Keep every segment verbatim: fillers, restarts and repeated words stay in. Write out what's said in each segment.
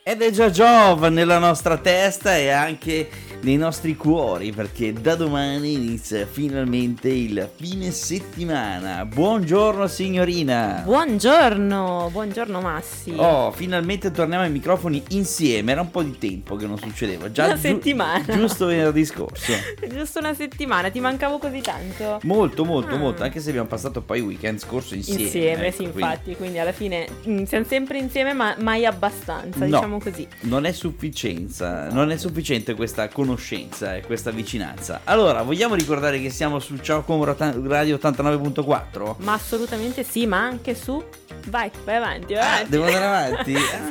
Ed è già Giove nella nostra testa e anche nei nostri cuori, perché da domani inizia finalmente il fine settimana. Buongiorno signorina. Buongiorno, buongiorno Massi. Oh, finalmente torniamo ai microfoni insieme. Era un po' di tempo che non succedeva. Già una giu- settimana. Giusto venerdì scorso. Giusto una settimana, ti mancavo così tanto. Molto, molto, Ah. molto. Anche se abbiamo passato poi il weekend scorso insieme. Insieme, ecco, sì, quindi infatti, quindi alla fine mh, siamo sempre insieme, ma mai abbastanza, No. diciamo così. Non è sufficienza, non è sufficiente questa conoscenza e questa vicinanza. Allora, vogliamo ricordare che siamo su Ciao Como Radio ottantanove virgola quattro? Ma assolutamente sì, ma anche su... Vai, vai avanti, vai Ah, avanti. devo andare avanti?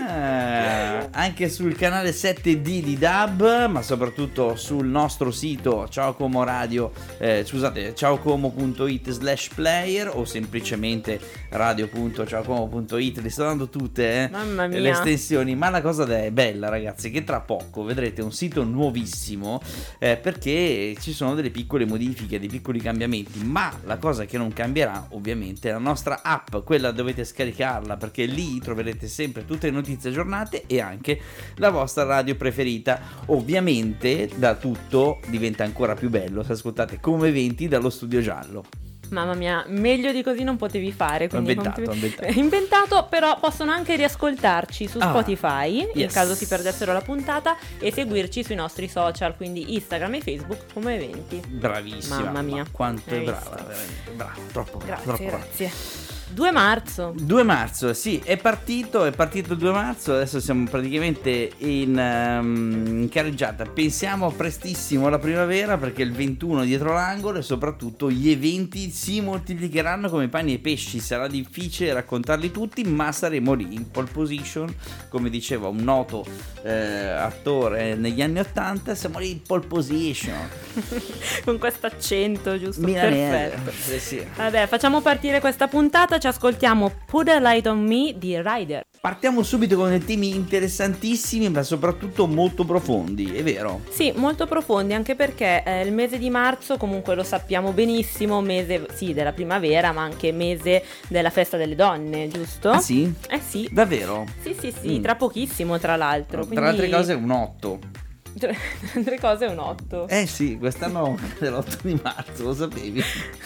Ah, anche sul canale sette D di Dub, ma soprattutto sul nostro sito Ciao Como Radio, eh, scusate, ciaocomo.it slash player o semplicemente radio.ciaocomo.it. Le sto dando tutte, eh, Mamma mia. le estensioni, ma la cosa è bella, ragazzi, che tra poco vedrete un sito nuovissimo, eh, perché ci sono delle piccole modifiche, dei piccoli cambiamenti, ma la cosa che non cambierà ovviamente è la nostra app, quella dovete scaricarla perché lì troverete sempre tutte le notizie aggiornate e anche la vostra radio preferita. Ovviamente da tutto diventa ancora più bello se ascoltate Come Eventi dallo Studio Giallo. Mamma mia, meglio di così non potevi fare. Ho Quindi inventato, come- ho inventato. inventato, però possono anche riascoltarci su Ah, Spotify in yes. caso si perdessero la puntata e seguirci sui nostri social, quindi Instagram e Facebook come eventi. Bravissima. Mamma mia. Ma quanto è Hai brava, visto? veramente. Brava, troppo brava, Grazie, troppo brava. grazie. due marzo. due marzo, sì, è partito, è partito il due marzo, adesso siamo praticamente in, um, in carreggiata. Pensiamo prestissimo alla primavera perché il ventuno è dietro l'angolo e soprattutto gli eventi si moltiplicheranno come pani e pesci. Sarà difficile raccontarli tutti, ma saremo lì in pole position, come diceva un noto eh, attore negli anni ottanta, siamo lì in pole position. Con questo accento giusto, Milanese. perfetto. Sì, sì. Vabbè, facciamo partire questa puntata, ci ascoltiamo Put a Light on Me di Ryder. Partiamo subito con dei temi interessantissimi, ma soprattutto molto profondi, è vero? Sì, molto profondi, anche perché eh, il mese di marzo, comunque lo sappiamo benissimo, mese sì della primavera, ma anche mese della festa delle donne, giusto? Ah sì? Eh sì. Davvero? Sì, sì, sì, Mm. tra pochissimo tra l'altro. Tra quindi- le altre cose è un otto. Tra le altre cose è un otto. Eh sì, quest'anno è l'otto di marzo, lo sapevi?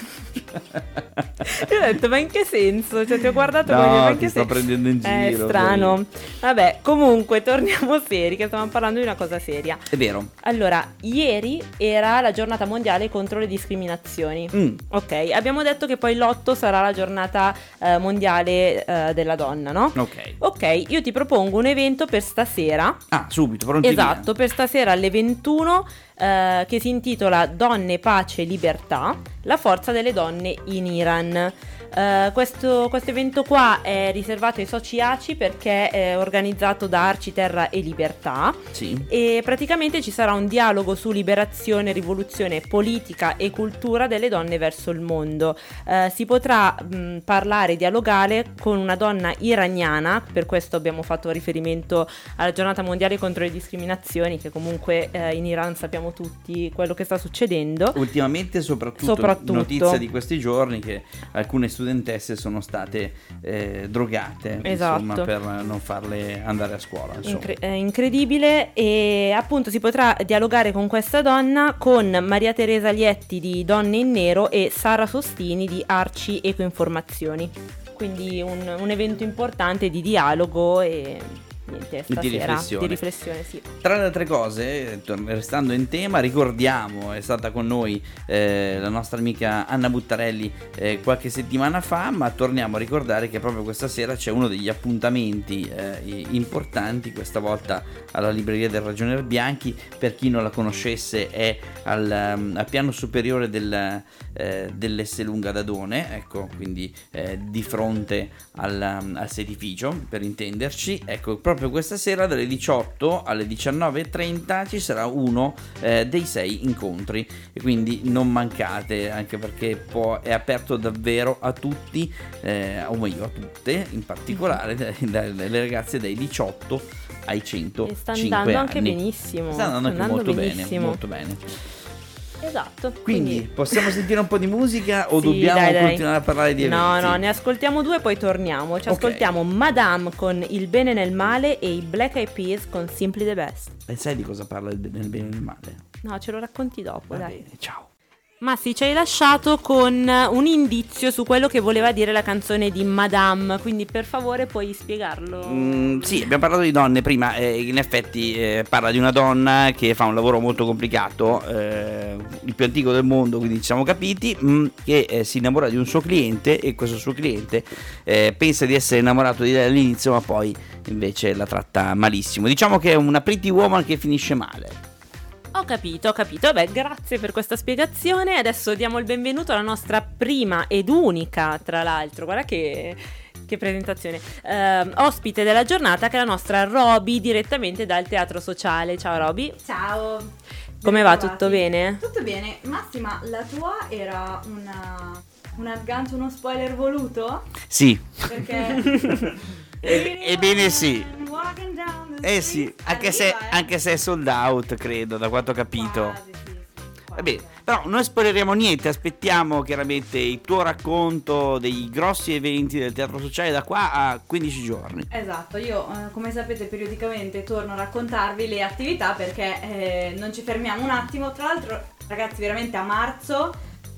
Io ho detto, ma in che senso? Cioè ti ho guardato No, come ma in ti che sto senso? prendendo in È giro, strano. Vabbè, comunque torniamo seri, che stavamo parlando di una cosa seria. È vero. Allora, ieri era la giornata mondiale contro le discriminazioni. Mm, Ok, abbiamo detto che poi l'otto sarà la giornata eh, mondiale eh, della donna, no? ok. Ok, io ti propongo un evento per stasera. Ah, subito, pronti Esatto, per stasera alle ventuno, eh, che si intitola Donne, Pace e Libertà, la forza delle donne in Iran. Eh, questo, questo evento qua è riservato ai soci A C I perché è organizzato da Arci Terra e Libertà. via. Sì. E praticamente ci sarà un dialogo su liberazione, rivoluzione politica e cultura delle donne verso il mondo. Eh, si potrà mh, parlare, dialogare con una donna iraniana, per questo abbiamo fatto riferimento alla giornata mondiale contro le discriminazioni, che comunque eh, in Iran sappiamo tutti quello che sta succedendo. Ultimamente soprattutto, Soprattutto. notizia di questi giorni che alcune studentesse sono state eh, drogate, Esatto. insomma, per non farle andare a scuola, insomma. Incre- è incredibile. E appunto si potrà dialogare con questa donna, con Maria Teresa Lietti di Donne in Nero e Sara Sostini di Arci Ecoinformazioni. Quindi un, un evento importante di dialogo e niente, stasera di riflessione. di riflessione, sì. Tra le altre cose, tor- restando in tema, ricordiamo, è stata con noi eh, la nostra amica Anna Buttarelli eh, qualche settimana fa, ma torniamo a ricordare che proprio questa sera c'è uno degli appuntamenti eh, i- importanti, questa volta alla libreria del Ragionier Bianchi. Per chi non la conoscesse, è al, um, al piano superiore del, eh, dell'Esselunga d'Adone, ecco, quindi eh, di fronte al, um, al sedificio, per intenderci. Ecco, proprio questa sera dalle diciotto alle diciannove e trenta ci sarà uno eh, dei sei incontri e quindi non mancate, anche perché può, è aperto davvero a tutti, eh, o meglio a tutte, in particolare dalle ragazze dai diciotto ai centocinque E sta andando anni. anche benissimo. Sta andando anche molto bene, benissimo. molto bene. Esatto. Quindi, quindi possiamo sentire un po' di musica o sì, dobbiamo dai, dai. continuare a parlare di eventi? No, no, ne ascoltiamo due poi torniamo. Ci Ok. ascoltiamo Madame con Il bene nel male e i Black Eyed Peas con Simply the Best. E sai di cosa parla il bene il bene e il male? No, ce lo racconti dopo, Va dai. bene, ciao. Massi, ci hai lasciato con un indizio su quello che voleva dire la canzone di Madame, quindi per favore puoi spiegarlo? Mm, sì, abbiamo parlato di donne prima, eh, in effetti eh, parla di una donna che fa un lavoro molto complicato, eh, il più antico del mondo, quindi ci siamo capiti, mm, che eh, si innamora di un suo cliente e questo suo cliente eh, pensa di essere innamorato di lei all'inizio, ma poi invece la tratta malissimo. Diciamo che è una pretty woman che finisce male. Ho capito, ho capito. Vabbè, grazie per questa spiegazione. Adesso diamo il benvenuto alla nostra prima ed unica, tra l'altro. Guarda che, che presentazione. Eh, ospite della giornata, che è la nostra Roby, direttamente dal Teatro Sociale. Ciao Roby. Ciao. Come va? Bentrovati. Tutto bene? Tutto bene. Massima, la tua era una, un aggancio, uno spoiler voluto? Sì. Perché... E- ebbene sì. Walking down the Eh street. sì, anche se, Arriva, eh? anche se è sold out, credo, da quanto ho capito. Quasi, sì, sì, Va quasi. bene, però non spoileremo niente, aspettiamo chiaramente il tuo racconto dei grossi eventi del Teatro Sociale da qua a quindici giorni. Esatto, io eh, come sapete periodicamente torno a raccontarvi le attività perché eh, non ci fermiamo un attimo. Tra l'altro ragazzi, veramente a marzo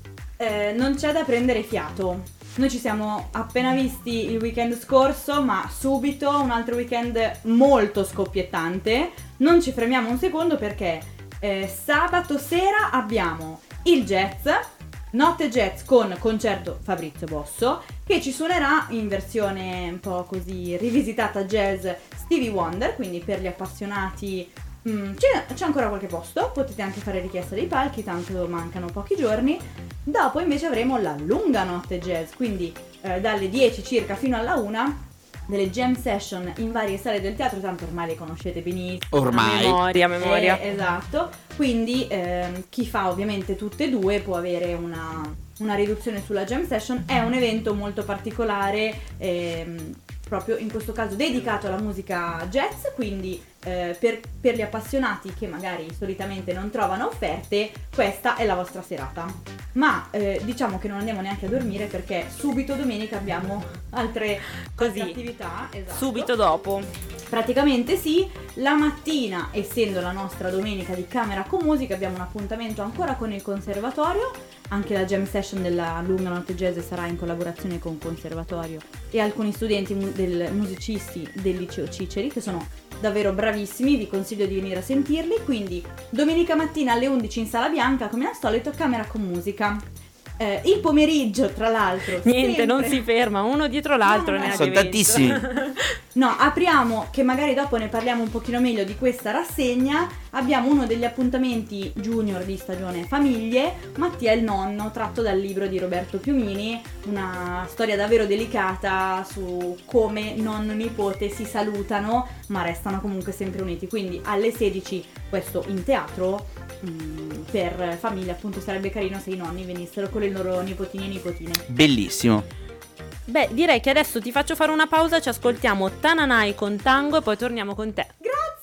eh, non c'è da prendere fiato. Noi ci siamo appena visti il weekend scorso, ma subito un altro weekend molto scoppiettante. Non ci fermiamo un secondo perché eh, sabato sera abbiamo il jazz, notte jazz con concerto Fabrizio Bosso, che ci suonerà in versione un po' così rivisitata jazz Stevie Wonder, quindi per gli appassionati mm, c'è, c'è ancora qualche posto, potete anche fare richiesta dei palchi, tanto mancano pochi giorni. Dopo invece avremo la lunga notte jazz, quindi eh, dalle dieci circa fino alla una, delle jam session in varie sale del teatro, tanto ormai le conoscete benissimo. Ormai. A memoria, a memoria. Eh, esatto, quindi ehm, chi fa ovviamente tutte e due può avere una, una riduzione sulla jam session. È un evento molto particolare, ehm, proprio in questo caso dedicato alla musica jazz, quindi eh, per, per gli appassionati che magari solitamente non trovano offerte, questa è la vostra serata. Ma eh, diciamo che non andiamo neanche a dormire perché subito domenica abbiamo altre, Così. altre attività. Esatto. Subito dopo. Praticamente sì, la mattina, essendo la nostra domenica di Camera con Musica, abbiamo un appuntamento ancora con il conservatorio. Anche la jam session della lunga notte jazz sarà in collaborazione con il conservatorio e alcuni studenti mu- del, musicisti del liceo Ciceri, che sono davvero bravissimi, vi consiglio di venire a sentirli. Quindi domenica mattina alle undici in Sala Bianca, come al solito, Camera con Musica. Eh, il pomeriggio, tra l'altro, Niente, sempre- non si ferma, uno dietro l'altro. No, no, ne no. ha Sono di evento. tantissimi. No, apriamo, che magari dopo ne parliamo un pochino meglio di questa rassegna. Abbiamo uno degli appuntamenti junior di stagione Famiglie, Mattia il nonno, tratto dal libro di Roberto Piumini, una storia davvero delicata su come nonno e nipote si salutano ma restano comunque sempre uniti. Quindi alle sedici questo in teatro. mm, Per famiglia appunto sarebbe carino se i nonni venissero con le loro nipotini e nipotine. Bellissimo. Beh, direi che adesso ti faccio fare una pausa, ci ascoltiamo Tananai con Tango e poi torniamo con te.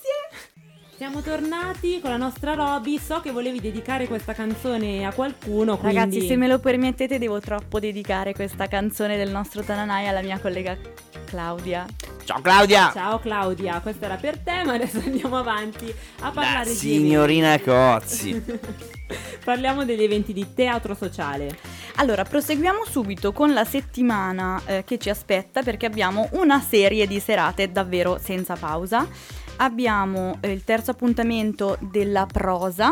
Grazie! Siamo tornati con la nostra Roby. So che volevi dedicare questa canzone a qualcuno, quindi... Ragazzi, se me lo permettete, devo troppo dedicare questa canzone del nostro Tananai alla mia collega Claudia. Ciao Claudia. Ciao Claudia, questa era per te, ma adesso andiamo avanti a parlare La di signorina eventi. Cozzi. Parliamo degli eventi di Teatro Sociale. Allora, proseguiamo subito con la settimana eh, che ci aspetta, perché abbiamo una serie di serate davvero senza pausa. Abbiamo eh, il terzo appuntamento della prosa,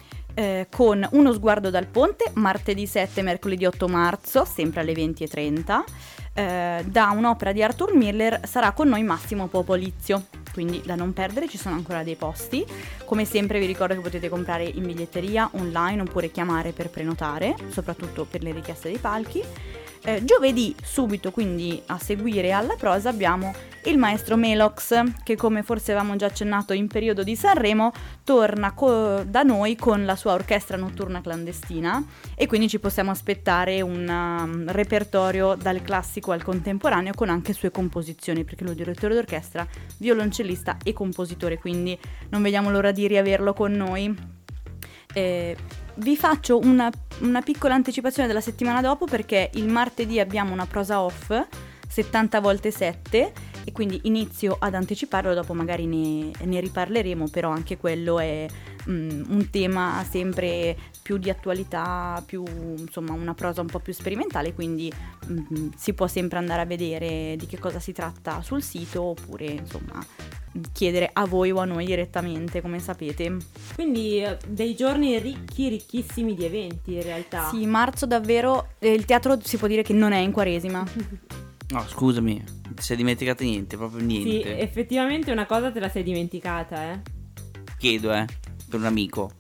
eh, con Uno sguardo dal ponte, martedì sette e mercoledì otto marzo, sempre alle venti e trenta. Eh, da un'opera di Arthur Miller sarà con noi Massimo Popolizio, quindi da non perdere, ci sono ancora dei posti. Come sempre vi ricordo che potete comprare in biglietteria, online, oppure chiamare per prenotare, soprattutto per le richieste dei palchi. Eh, giovedì, subito quindi a seguire alla prosa, abbiamo il maestro Melox, che come forse avevamo già accennato in periodo di Sanremo, torna co- da noi con la sua orchestra notturna clandestina, e quindi ci possiamo aspettare un um, repertorio dal classico al contemporaneo con anche sue composizioni, perché lui è direttore d'orchestra, violoncellista e compositore, quindi non vediamo l'ora di riaverlo con noi. Eh, vi faccio una, una piccola anticipazione della settimana dopo, perché il martedì abbiamo una prosa off settanta volte sette e quindi inizio ad anticiparlo, dopo magari ne, ne riparleremo, però anche quello è um, un tema sempre più di attualità, più insomma una prosa un po' più sperimentale, quindi um, si può sempre andare a vedere di che cosa si tratta sul sito, oppure insomma chiedere a voi o a noi direttamente, come sapete. Quindi eh, dei giorni ricchi, ricchissimi di eventi in realtà. Sì, marzo davvero, eh, il teatro si può dire che non è in Quaresima. No, scusami, ti sei dimenticata niente, proprio niente. Sì, effettivamente una cosa te la sei dimenticata, eh. Chiedo, eh, per un amico.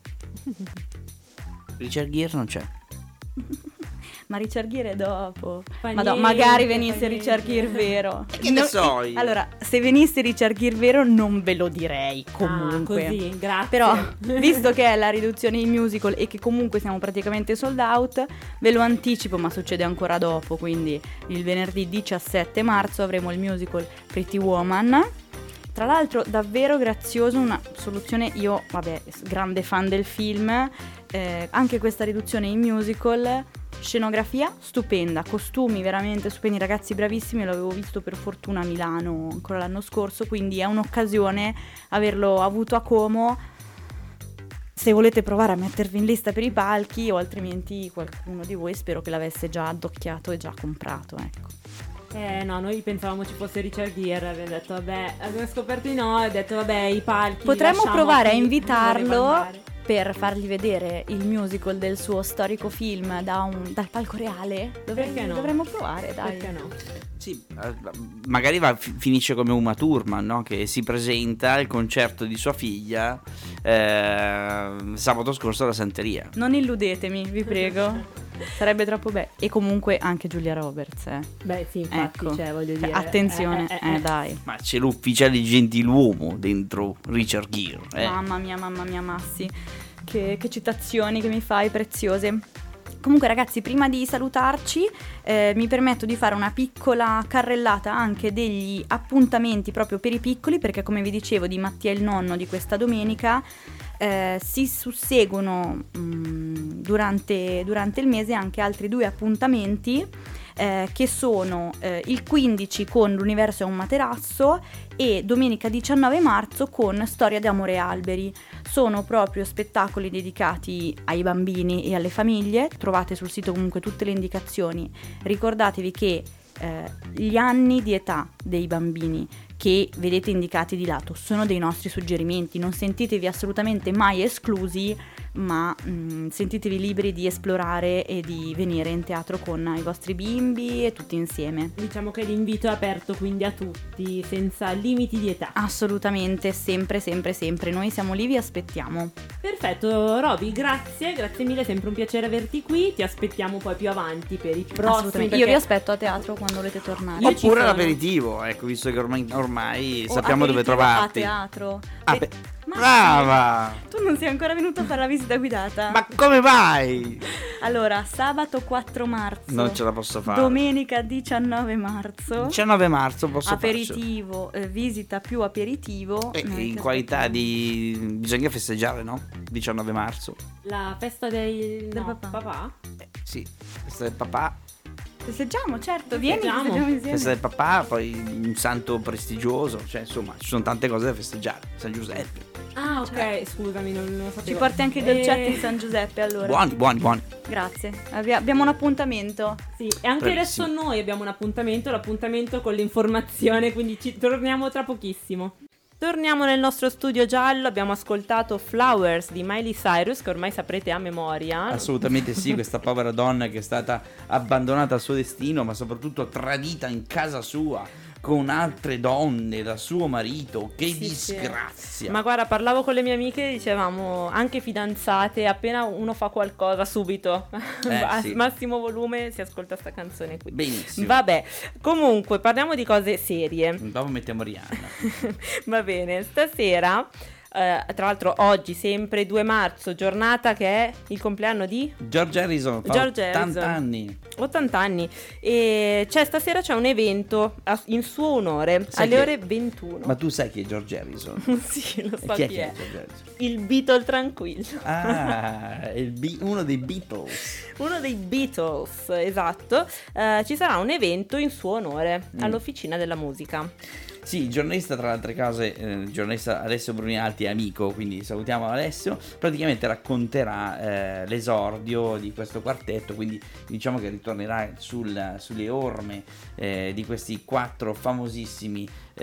Richard Gere non c'è. Ma Richard Gere è dopo. Fa Ma no, niente, magari fa venisse niente. Richard Gere vero. E che ne so io? Allora, se venisse Richard Gere vero non ve lo direi comunque. Ah, così, grazie. Però, visto che è la riduzione in musical e che comunque siamo praticamente sold out, ve lo anticipo, ma succede ancora dopo, quindi il venerdì diciassette marzo avremo il musical Pretty Woman. Tra l'altro davvero grazioso, una soluzione, io vabbè, grande fan del film, eh, anche questa riduzione in musical, scenografia stupenda, costumi veramente stupendi, ragazzi bravissimi, l'avevo visto per fortuna a Milano ancora l'anno scorso, quindi è un'occasione averlo avuto a Como, se volete provare a mettervi in lista per i palchi, o altrimenti qualcuno di voi spero che l'avesse già addocchiato e già comprato, ecco. Eh no, noi pensavamo ci fosse Richard Gere, abbiamo detto vabbè, abbiamo scoperto di no, e detto vabbè, i palchi Potremmo lasciamo provare a chi invitarlo vorrebbe andare. per fargli vedere il musical del suo storico film da un, dal palco reale. Dovre- Perché no? Dovremmo provare, dai. Perché no? Sì, eh, magari va, fi- finisce come Uma Thurman, no? Che si presenta al concerto di sua figlia eh, sabato scorso alla Santeria. Non illudetemi, vi prego. Sarebbe troppo bello. E comunque anche Giulia Roberts, eh. Beh sì, infatti, Ecco. cioè voglio Cioè, dire. attenzione, eh, eh, eh, eh. dai. Ma c'è l'ufficiale gentiluomo dentro Richard Gere. Eh. Mamma mia, mamma mia, Massi. Che, che citazioni che mi fai, preziose. Comunque ragazzi, prima di salutarci eh, mi permetto di fare una piccola carrellata anche degli appuntamenti proprio per i piccoli, perché come vi dicevo di Mattia il nonno di questa domenica eh, si susseguono mh, durante, durante il mese anche altri due appuntamenti eh, che sono eh, il quindici con L'universo è un materasso e domenica diciannove marzo con Storia d'amore e alberi. Sono proprio spettacoli dedicati ai bambini e alle famiglie, trovate sul sito comunque tutte le indicazioni. Ricordatevi che eh, gli anni di età dei bambini che vedete indicati di lato sono dei nostri suggerimenti, non sentitevi assolutamente mai esclusi, ma mh, sentitevi liberi di esplorare e di venire in teatro con i vostri bimbi e tutti insieme. Diciamo che l'invito è aperto quindi a tutti, senza limiti di età. Assolutamente, sempre, sempre, sempre. Noi siamo lì, vi aspettiamo. Perfetto, Roby, grazie, grazie mille, sempre un piacere averti qui. Ti aspettiamo poi più avanti per i prossimi. Assolutamente. Io vi aspetto a teatro quando volete tornare. Io ci Oppure sono. l'aperitivo, ecco, visto che ormai, ormai O sappiamo dove aperitivo trovarti. A teatro. Ah, Beh, beh, ma brava! sì, tu non sei ancora venuto a fare la visita guidata? Ma come mai? Allora, sabato quattro marzo. Non ce la posso fare. Domenica diciannove marzo. diciannove marzo posso farcela. Aperitivo, eh, visita più aperitivo. E Noi in ti qualità aspettiamo. di... bisogna festeggiare, no? diciannove marzo. La festa dei... Del no, papà. Eh, sì, festa del papà. Festeggiamo, certo, vieni, Festeggiamo. festeggiamo insieme. Festa del papà, poi un santo prestigioso. Cioè, insomma, ci sono tante cose da festeggiare. San Giuseppe. Ah, ok, scusami, non lo sapevo. Ci porti anche i dolcetti Eh, di San Giuseppe allora. Buoni, buoni, buoni. Grazie. Abbi- abbiamo un appuntamento. Sì, e anche Bravissimo. adesso noi abbiamo un appuntamento, l'appuntamento con l'informazione, quindi ci torniamo tra pochissimo. Torniamo nel nostro studio giallo, abbiamo ascoltato Flowers di Miley Cyrus, che ormai saprete a memoria. Assolutamente sì, questa povera donna che è stata abbandonata al suo destino, ma soprattutto tradita in casa sua con altre donne da suo marito. Che Sì, sì. disgrazia. Ma guarda, parlavo con le mie amiche e dicevamo, anche fidanzate, appena uno fa qualcosa subito, Eh, a sì. massimo volume si ascolta sta canzone qui. Benissimo. Vabbè, comunque parliamo di cose serie. Dopo mettiamo Rihanna. Va bene, stasera eh, tra l'altro oggi sempre due marzo, giornata che è il compleanno di George Harrison, fa George ottanta Harrison. anni. ottanta anni, e c'è stasera c'è un evento a- in suo onore Sai alle che- ore ventuno. Ma tu sai chi è George Harrison? Sì, lo E so chi è chi che è. è George Harrison? Il Beatle tranquillo. Ah, il Be- uno dei Beatles. Uno dei Beatles, esatto. Eh, ci sarà un evento in suo onore Mm. all'Officina della Musica. Sì, il giornalista, tra le altre cose, eh, il giornalista Alessio Brunialti è amico, quindi salutiamo Alessio, praticamente racconterà eh, l'esordio di questo quartetto, quindi diciamo che ritornerà sul- sulle orme eh, di questi quattro famosissimi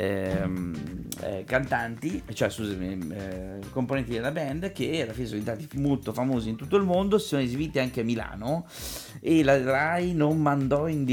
ehm, eh, cantanti, cioè scusami, eh, componenti della band, che alla fine sono diventati molto famosi in tutto il mondo, si sono esibiti anche a Milano e la Rai non mandò in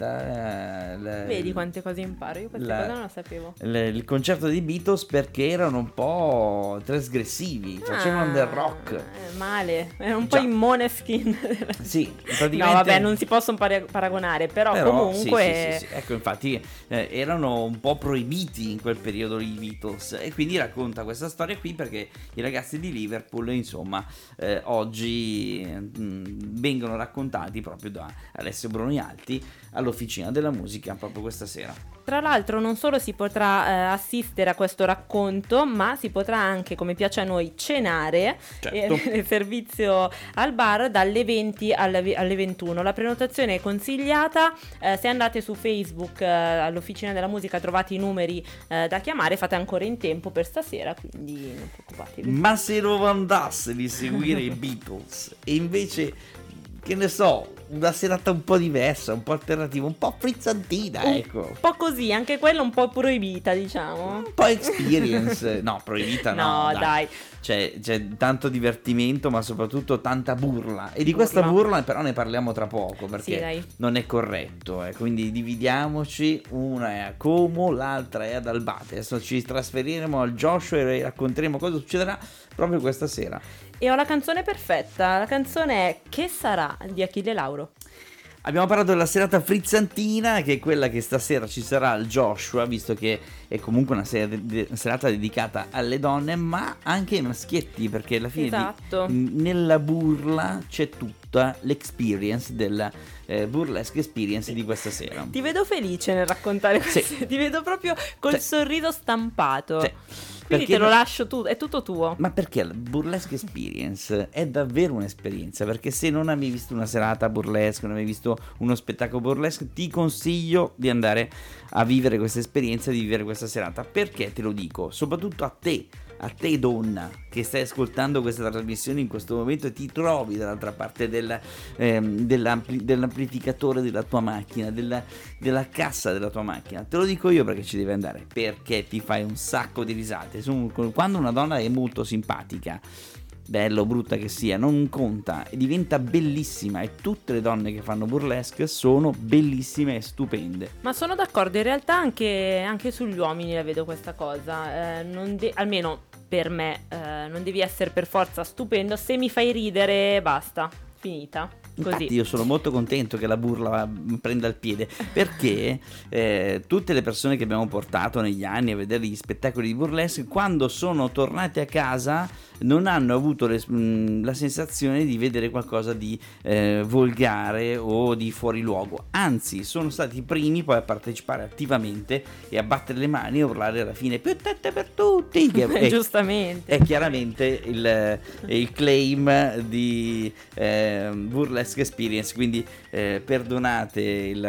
diretta eh, la- Vedi quante cose imparo, io queste la- cose non le sapevo. il, il concerto dei Beatles perché erano un po' trasgressivi, facevano Ah, del rock. eh, male, è un po' Già. in Måneskin. Sì, praticamente. No, vabbè, non si possono pari- paragonare, però, Però, comunque sì, sì, sì, sì. Ecco, infatti eh, erano un po' proibiti in quel periodo i Beatles, e quindi racconta questa storia qui perché i ragazzi di Liverpool, insomma, eh, oggi mh, vengono raccontati proprio da Alessio Brunialti all'Officina della Musica proprio questa sera. Tra l'altro non solo si potrà eh, assistere a questo racconto, ma si potrà anche, come piace a noi, cenare Certo. e avere servizio al bar dalle venti alle, alle ventuno. La prenotazione è consigliata, eh, se andate su Facebook eh, all'Officina della Musica trovate i numeri eh, da chiamare, fate ancora in tempo per stasera, quindi non preoccupatevi. Ma se non andasse di seguire i Beatles e invece, che ne so, una serata un po' diversa, un po' alternativa, un po' frizzantina, ecco. Un po' così, anche quella un po' proibita, diciamo. Un po' experience. No, proibita no, No, dai. dai. C'è, c'è tanto divertimento, ma soprattutto tanta burla. E di Burla. questa burla però ne parliamo tra poco, perché Sì, dai. non è corretto. Eh. Quindi dividiamoci, una è a Como, l'altra è ad Albate. Adesso ci trasferiremo al Joshua e racconteremo cosa succederà proprio questa sera. E ho la canzone perfetta, la canzone è Che sarà di Achille Lauro. Abbiamo parlato della serata frizzantina, che è quella che stasera ci sarà al Joshua, visto che è comunque una sera de- de- serata dedicata alle donne, ma anche ai maschietti, perché alla fine di- Esatto. n- nella burla c'è tutta l'experience della eh, burlesque experience di questa sera. Ti vedo felice nel raccontare Sì. questo, ti vedo proprio col Sì. sorriso stampato. Sì. Quindi Perché te lo no- lascio tu, è tutto tuo. Ma perché la burlesque experience è davvero un'esperienza? Perché se non hai mai visto una serata burlesque, non hai mai visto uno spettacolo burlesque, ti consiglio di andare a vivere questa esperienza, di vivere questa serata. Perché te lo dico? Soprattutto a te, a te donna, che stai ascoltando questa trasmissione in questo momento e ti trovi dall'altra parte del, ehm, dell'ampli- dell'amplificatore della tua macchina, della, della cassa della tua macchina. Te lo dico io perché ci devi andare, perché ti fai un sacco di risate. Su- Quando una donna è molto simpatica, bella o brutta che sia, non conta, e diventa bellissima, e tutte le donne che fanno burlesque sono bellissime e stupende. Ma sono d'accordo, in realtà anche, anche sugli uomini la vedo questa cosa. Eh, non de- almeno per me, eh, non devi essere per forza stupendo. Se mi fai ridere, basta, finita. Infatti Così. io sono molto contento che la burla mm, prenda il piede, perché eh, tutte le persone che abbiamo portato negli anni a vedere gli spettacoli di burlesque, quando sono tornate a casa non hanno avuto le- mh, la sensazione di vedere qualcosa di eh, volgare o di fuori luogo, anzi sono stati i primi poi a partecipare attivamente e a battere le mani e urlare alla fine più tette per tutti, che è, Giustamente. è chiaramente il, il claim di eh, Burlesque Experience, quindi eh, perdonate il,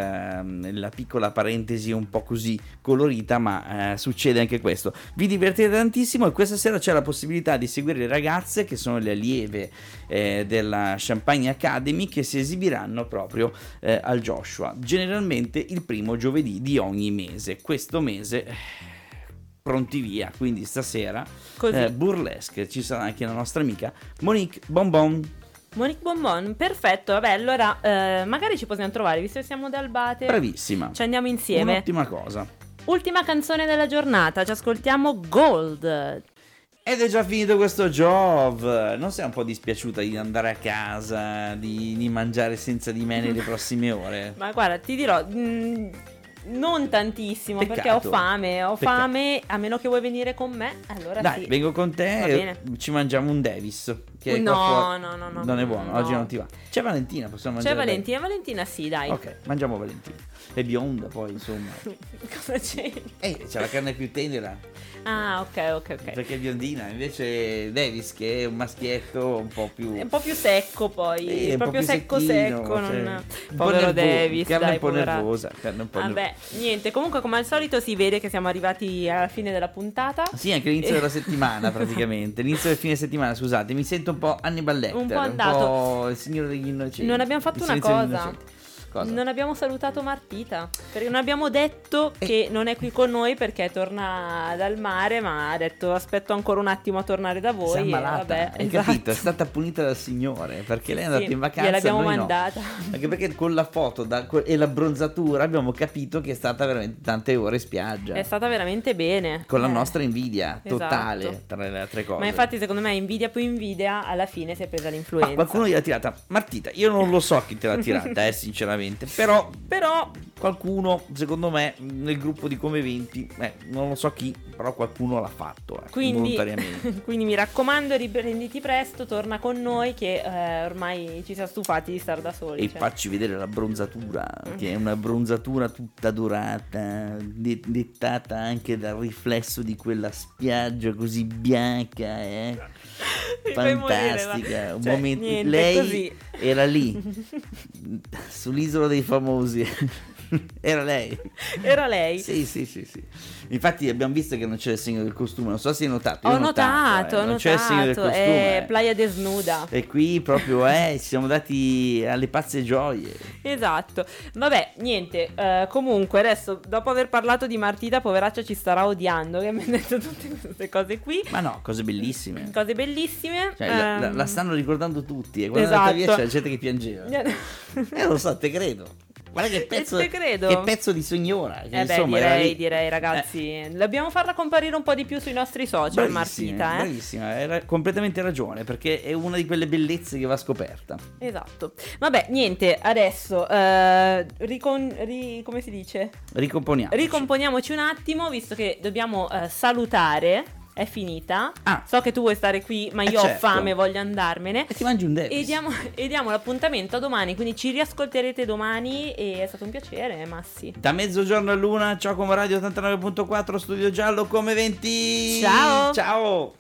la piccola parentesi un po' così colorita, ma eh, succede anche questo. Vi divertite tantissimo e questa sera c'è la possibilità di seguire le ragazze che sono le allieve eh, della Champagne Academy, che si esibiranno proprio eh, al Joshua, generalmente il primo giovedì di ogni mese. Questo mese eh, pronti via, quindi stasera Così. eh, burlesque, ci sarà anche la nostra amica Monique Bonbon. Monique Bonbon, perfetto. Vabbè, allora eh, magari ci possiamo trovare, visto che siamo ad Albate. Bravissima, Ci andiamo insieme. un'ottima cosa. Ultima canzone della giornata, ci ascoltiamo Gold. Ed è già finito questo Jove. Non sei un po' dispiaciuta di andare a casa, di, di mangiare senza di me nelle prossime ore? Ma guarda, ti dirò, mh, Non tantissimo, Peccato. perché ho fame, ho Peccato. fame, a meno che vuoi venire con me, allora Dai, sì. vengo con Va te bene. e ci mangiamo un Davis. Che è No, qua fuori. no, no, no, Non è no, buono, no. oggi non ti va. C'è Valentina, possiamo C'è mangiare. Valentina, Valentina sì, dai. Ok, mangiamo Valentina. È bionda poi, insomma. Cosa c'è? Eh, c'è la carne più tenera. Ah, ok, ok, ok. Perché è biondina, invece Davis che è un maschietto un po' più. È un po' più secco poi, Sì, è un po' proprio più secco secchino, secco, cioè, non... un po' povero nervo- Davis, carne dai, un po' poveretto. nervosa, carne un po' Vabbè, niente, comunque come al solito si vede che siamo arrivati alla fine della puntata. Sì, anche l'inizio della settimana praticamente. L'inizio del fine settimana, scusate, mi sento un po' Hannibal Lecter, Un po' andato. un po' il signore degli innocenti. Non abbiamo fatto Il una silenzio degli cosa. innocenti. Cosa? Non abbiamo salutato Martita, perché non abbiamo detto Eh. che non è qui con noi perché torna dal mare, ma ha detto aspetto ancora un attimo a tornare da voi. Si è e ammalata, vabbè, hai esatto. capito? È stata punita dal Signore perché lei è andata Sì, in vacanza. gliel'abbiamo noi no. mandata. Anche perché con la foto da- e la bronzatura abbiamo capito che è stata veramente tante ore in spiaggia. È stata veramente bene. Con la Eh. nostra invidia totale Esatto. tra le altre cose. Ma infatti secondo me invidia più invidia alla fine si è presa l'influenza. Ma qualcuno gliel'ha tirata. Martita, io non lo so chi te l'ha tirata, eh, sinceramente. Però, Però qualcuno, secondo me, nel gruppo di Come venti, eh, non lo so chi, però qualcuno l'ha fatto, eh, quindi, volontariamente. quindi mi raccomando, riprenditi presto, torna con noi che eh, ormai ci siamo stufati di star da soli. E cioè. facci vedere la bronzatura, che è una bronzatura tutta dorata, de- dettata anche dal riflesso di quella spiaggia così bianca, eh. Mi fai morire, Fantastica. ma- Un cioè, momento. niente, Lei così. era lì, sull'isola dei famosi. Era lei. Era lei. Sì, sì, sì, sì. Infatti abbiamo visto che non c'è il segno del costume, non so se hai notato. Io Ho notato, eh, ho non c'è il segno del notato, costume. è eh. playa desnuda. E qui proprio, eh, ci siamo dati alle pazze gioie. Esatto. Vabbè, niente, eh, comunque adesso dopo aver parlato di Martita, poveraccia ci starà odiando che mi ha detto tutte queste cose qui. Ma no, cose bellissime. Cose bellissime. Cioè, la, la- ehm, la stanno ricordando tutti. E quando è andata via esatto. c'era gente che piangeva. Eh, lo so, te credo. Guarda che pezzo, te credo. che pezzo di signora. Che Eh beh, insomma, era direi, lì. direi ragazzi, dobbiamo farla comparire un po' di più sui nostri social, Bravissima, Martita, eh? bravissima, hai completamente ragione, perché è una di quelle bellezze che va scoperta. Esatto. Vabbè, niente, adesso eh, ricon- ri- come si dice? Ricomponiamo. Ricomponiamoci un attimo, visto che dobbiamo eh, salutare. È finita. Ah. So che tu vuoi stare qui, ma Eh, io ho certo. fame, voglio andarmene. E ti mangi un Davis. E diamo, e diamo l'appuntamento a domani, quindi ci riascolterete domani e è stato un piacere, Massi. Da mezzogiorno a luna, ciao come Radio ottantanove virgola quattro, Studio Giallo Come venti. Ciao. Ciao.